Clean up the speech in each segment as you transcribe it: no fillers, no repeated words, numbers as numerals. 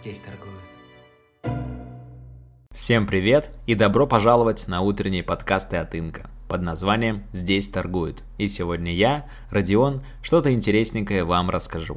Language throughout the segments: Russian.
здесь торгуют. Всем привет и добро пожаловать на утренние подкасты от Инка под названием «Здесь торгуют». И сегодня я, Родион, что-то интересненькое вам расскажу.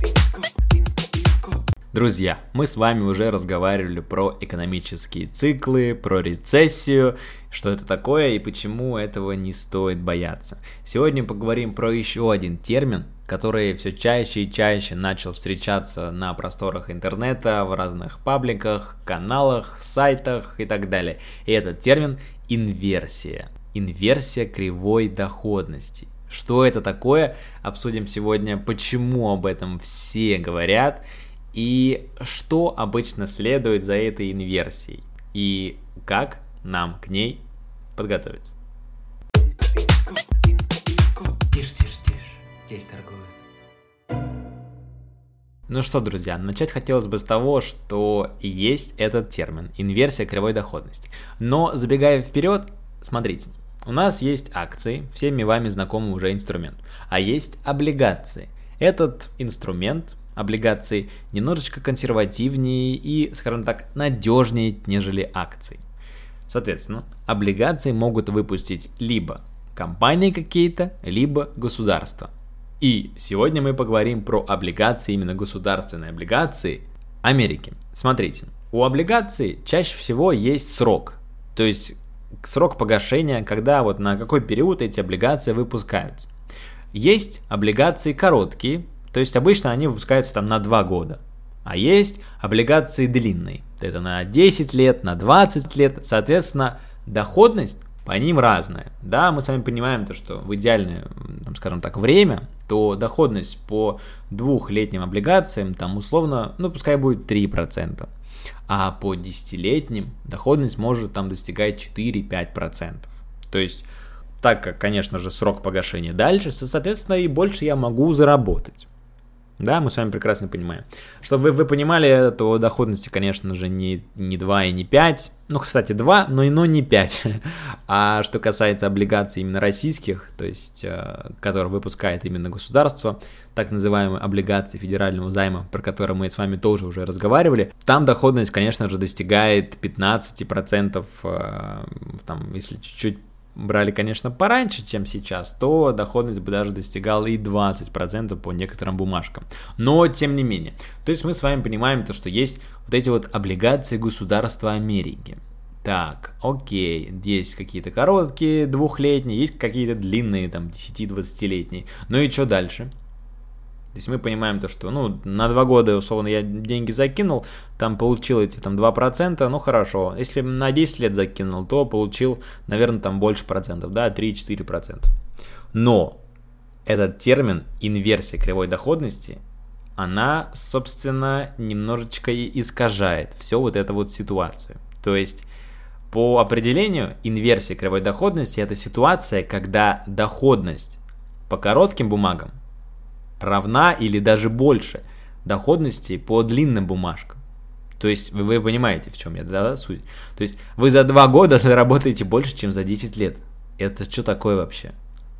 Друзья, мы с вами уже разговаривали про экономические циклы, про рецессию, что это такое и почему этого не стоит бояться. Сегодня поговорим про еще один термин, который все чаще и чаще начал встречаться на просторах интернета, в разных пабликах, каналах, сайтах и так далее. И этот термин – инверсия. Инверсия кривой доходности. Что это такое? Обсудим сегодня, почему об этом все говорят и что обычно следует за этой инверсией и как нам к ней подготовиться. Тише, здесь торгуют. Ну что, друзья, начать хотелось бы с того, что есть этот термин – инверсия кривой доходности. Но забегая вперед, смотрите, у нас есть акции, всеми вами знакомый уже инструмент, а есть облигации. Этот инструмент – облигации немножечко консервативнее и, скажем так, надежнее, нежели акции. Соответственно, облигации могут выпустить либо компании какие-то, либо государства. И сегодня мы поговорим про облигации, именно государственные облигации Америки. Смотрите, у облигаций чаще всего есть срок, то есть срок погашения, когда вот на какой период эти облигации выпускаются. Есть облигации короткие, то есть обычно они выпускаются там на 2 года. А есть облигации длинные. Это на 10 лет, на 20 лет. Соответственно, доходность по ним разная. Да, мы с вами понимаем, то, что в идеальное, скажем так, время, то доходность по 2-летним облигациям, там условно, пускай будет 3%. А по 10-летним доходность может там достигать 4-5%. То есть, так как, конечно же, срок погашения дальше, соответственно, и больше я могу заработать. Да, мы с вами прекрасно понимаем. Чтобы вы понимали, то доходности, конечно же, не 2 и не 5. Кстати, 2, но не 5. А что касается облигаций именно российских, то есть, которые выпускает именно государство, так называемые облигации федерального займа, про которые мы с вами тоже уже разговаривали, там доходность, конечно же, достигает 15%, там, если чуть-чуть брали, конечно, пораньше, чем сейчас, то доходность бы даже достигала и 20% по некоторым бумажкам. Но, тем не менее. То есть мы с вами понимаем то, что есть вот эти вот облигации государства Америки. Так, окей, есть какие-то короткие, 2-летние, есть какие-то длинные, там, 10-20-летние. Ну и что дальше? То есть мы понимаем то, что, на 2 года, условно, я деньги закинул, там получил эти там 2%, хорошо. Если на 10 лет закинул, то получил, наверное, там больше процентов, да, 3-4%. Но этот термин инверсия кривой доходности, она, собственно, немножечко искажает всю вот эту вот ситуацию. То есть, по определению, инверсия кривой доходности – это ситуация, когда доходность по коротким бумагам равна или даже больше доходности по длинным бумажкам. То есть вы понимаете, в чем я, да, суть? То есть вы за 2 года заработаете больше, чем за 10 лет. Это что такое вообще?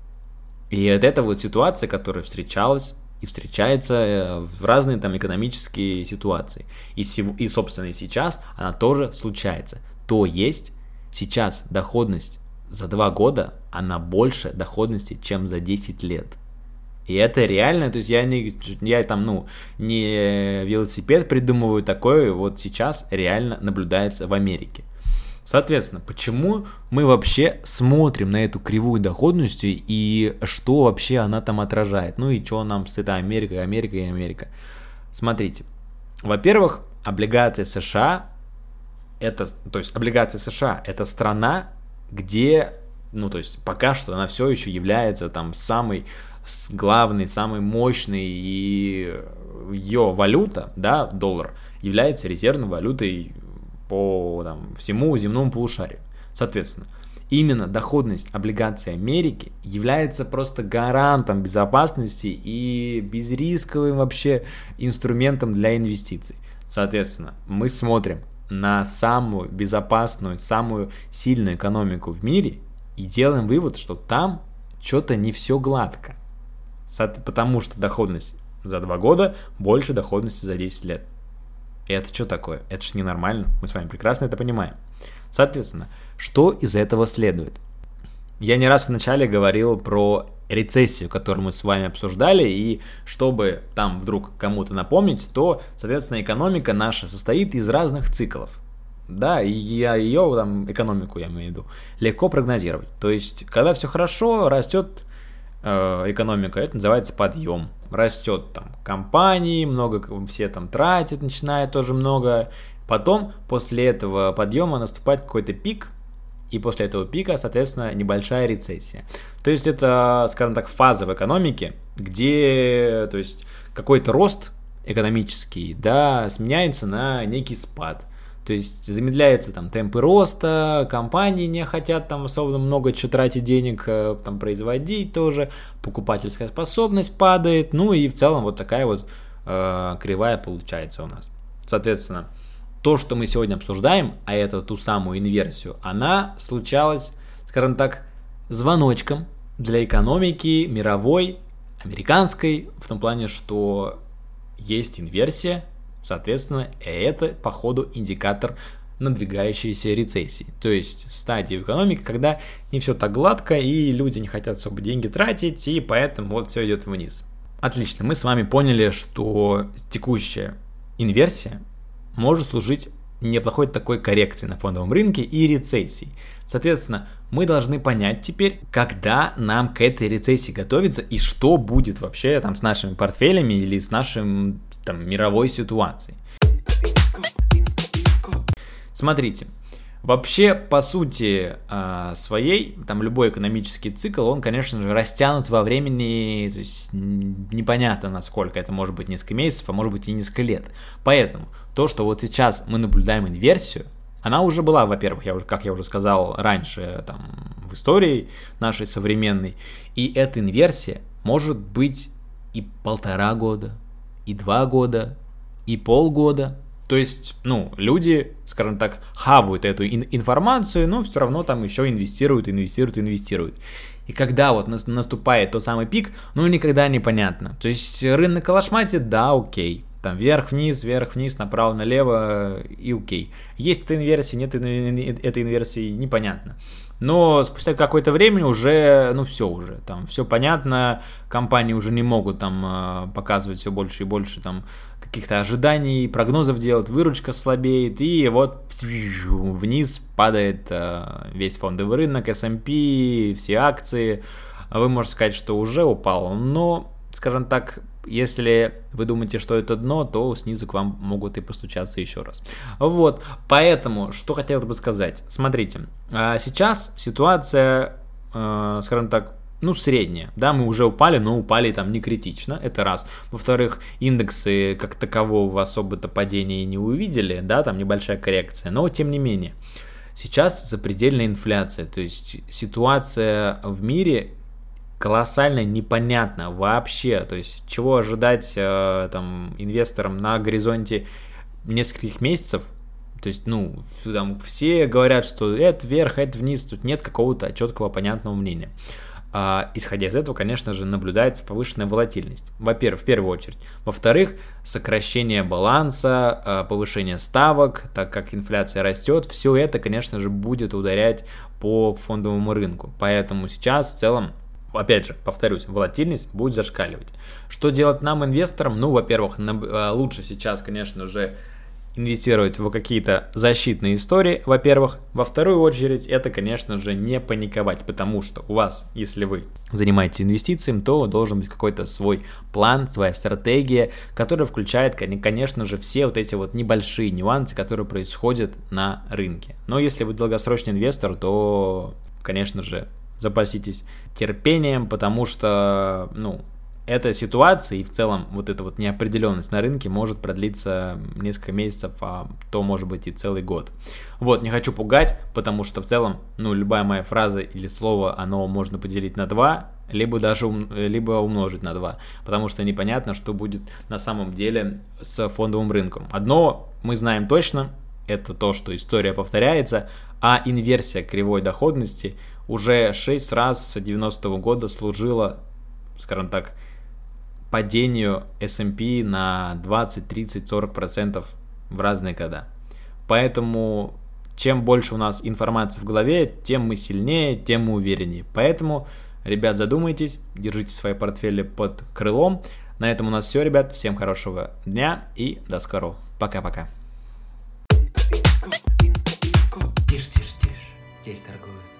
И вот это вот ситуация, которая встречалась и встречается в разные там экономические ситуации. И собственно, и сейчас она тоже случается. То есть сейчас доходность за 2 года, она больше доходности, чем за 10 лет. И это реально, то есть я там, не велосипед придумываю, такое вот сейчас реально наблюдается в Америке. Соответственно, почему мы вообще смотрим на эту кривую доходности и что вообще она там отражает? И что нам с этой Америка. Смотрите, во-первых, облигации США, облигации США это страна, где, то есть пока что она все еще является там самой главный, самый мощный, и ее валюта, да, доллар, является резервной валютой по всему земному полушарию. Соответственно, именно доходность облигаций Америки является просто гарантом безопасности и безрисковым вообще инструментом для инвестиций. Соответственно, мы смотрим на самую безопасную, самую сильную экономику в мире и делаем вывод, что там что-то не все гладко. Потому что доходность за 2 года больше доходности за 10 лет. И это что такое? Это ж ненормально, мы с вами прекрасно это понимаем. Соответственно, что из этого следует? Я не раз в начале говорил про рецессию, которую мы с вами обсуждали, и чтобы там вдруг кому-то напомнить, то, соответственно, экономика наша состоит из разных циклов. Да, и ее там, экономику я имею в виду, легко прогнозировать. То есть, когда все хорошо, растет экономика, это называется подъем. Растет там компании, много все там тратят, начинают тоже много. Потом, после этого подъема наступает какой-то пик, и после этого пика, соответственно, небольшая рецессия. То есть это, скажем так, фаза в экономике, где, то есть, какой-то рост экономический, да, сменяется на некий спад. То есть замедляются там темпы роста, компании не хотят там особо много чего тратить денег, там производить тоже, покупательская способность падает, ну и в целом вот такая вот кривая получается у нас. Соответственно, то, что мы сегодня обсуждаем, а это ту самую инверсию, она случалась, скажем так, звоночком для экономики мировой, американской, в том плане, что есть инверсия, соответственно, это, по ходу, индикатор надвигающейся рецессии. То есть стадии в экономике, когда не все так гладко, и люди не хотят особо деньги тратить, и поэтому вот все идет вниз. Отлично, мы с вами поняли, что текущая инверсия может служить неплохой такой коррекцией на фондовом рынке и рецессии. Соответственно, мы должны понять теперь, когда нам к этой рецессии готовиться и что будет вообще там с нашими портфелями или с нашим там мировой ситуацией. Смотрите, вообще по сути своей, там любой экономический цикл, он, конечно же, растянут во времени, то есть непонятно, насколько это может быть несколько месяцев, а может быть и несколько лет. Поэтому то, что вот сейчас мы наблюдаем инверсию, она уже была, во-первых, как я уже сказал раньше, там, в истории нашей современной, и эта инверсия может быть и 1,5 года, и 2 года, и полгода. То есть, люди, скажем так, хавают эту информацию, но все равно там еще инвестируют. И когда вот наступает тот самый пик, никогда не понятно. То есть, рынок калашматит, да, окей. Там вверх-вниз, направо-налево и окей. Есть эта инверсия, нет этой инверсии, непонятно. Но спустя какое-то время уже, там все понятно, компании уже не могут там показывать все больше и больше там каких-то ожиданий, прогнозов делать, выручка слабеет, и вот вниз падает весь фондовый рынок, S&P, все акции. Вы можете сказать, что уже упало, но, скажем так, если вы думаете, что это дно, то снизу к вам могут и постучаться еще раз. Вот, поэтому, что хотелось бы сказать. Смотрите, сейчас ситуация, скажем так, средняя. Да, мы уже упали, но упали там не критично, это раз. Во-вторых, индексы как такового особо-то падения не увидели, да, там небольшая коррекция, но тем не менее. Сейчас запредельная инфляция, то есть ситуация в мире колоссально непонятно вообще, то есть чего ожидать там инвесторам на горизонте нескольких месяцев. То есть, там все говорят, что это вверх, это вниз, тут нет какого-то четкого понятного мнения. Исходя из этого, конечно же, наблюдается повышенная волатильность. Во-первых, в первую очередь. Во-вторых, сокращение баланса, повышение ставок, так как инфляция растет, все это, конечно же, будет ударять по фондовому рынку. Поэтому сейчас в целом, опять же, повторюсь, волатильность будет зашкаливать. Что делать нам, инвесторам? Во-первых, лучше сейчас, конечно же, инвестировать в какие-то защитные истории, во-первых. Во вторую очередь, это, конечно же, не паниковать, потому что у вас, если вы занимаетесь инвестициями, то должен быть какой-то свой план, своя стратегия, которая включает, конечно же, все вот эти вот небольшие нюансы, которые происходят на рынке. Но если вы долгосрочный инвестор, то, конечно же, запаситесь терпением, потому что, эта ситуация и в целом вот эта вот неопределенность на рынке может продлиться несколько месяцев, а то может быть и целый год. Вот, не хочу пугать, потому что в целом, любая моя фраза или слово, оно можно поделить на 2, либо умножить на 2, потому что непонятно, что будет на самом деле с фондовым рынком. Одно мы знаем точно, это то, что история повторяется, а инверсия кривой доходности уже 6 раз с 90-го года служила, скажем так, падению S&P на 20, 30, 40% в разные года. Поэтому чем больше у нас информации в голове, тем мы сильнее, тем мы увереннее. Поэтому, ребят, задумайтесь, держите свои портфели под крылом. На этом у нас все, ребят. Всем хорошего дня и до скорого. Пока-пока. Тише, тише, тише. Здесь торгуют.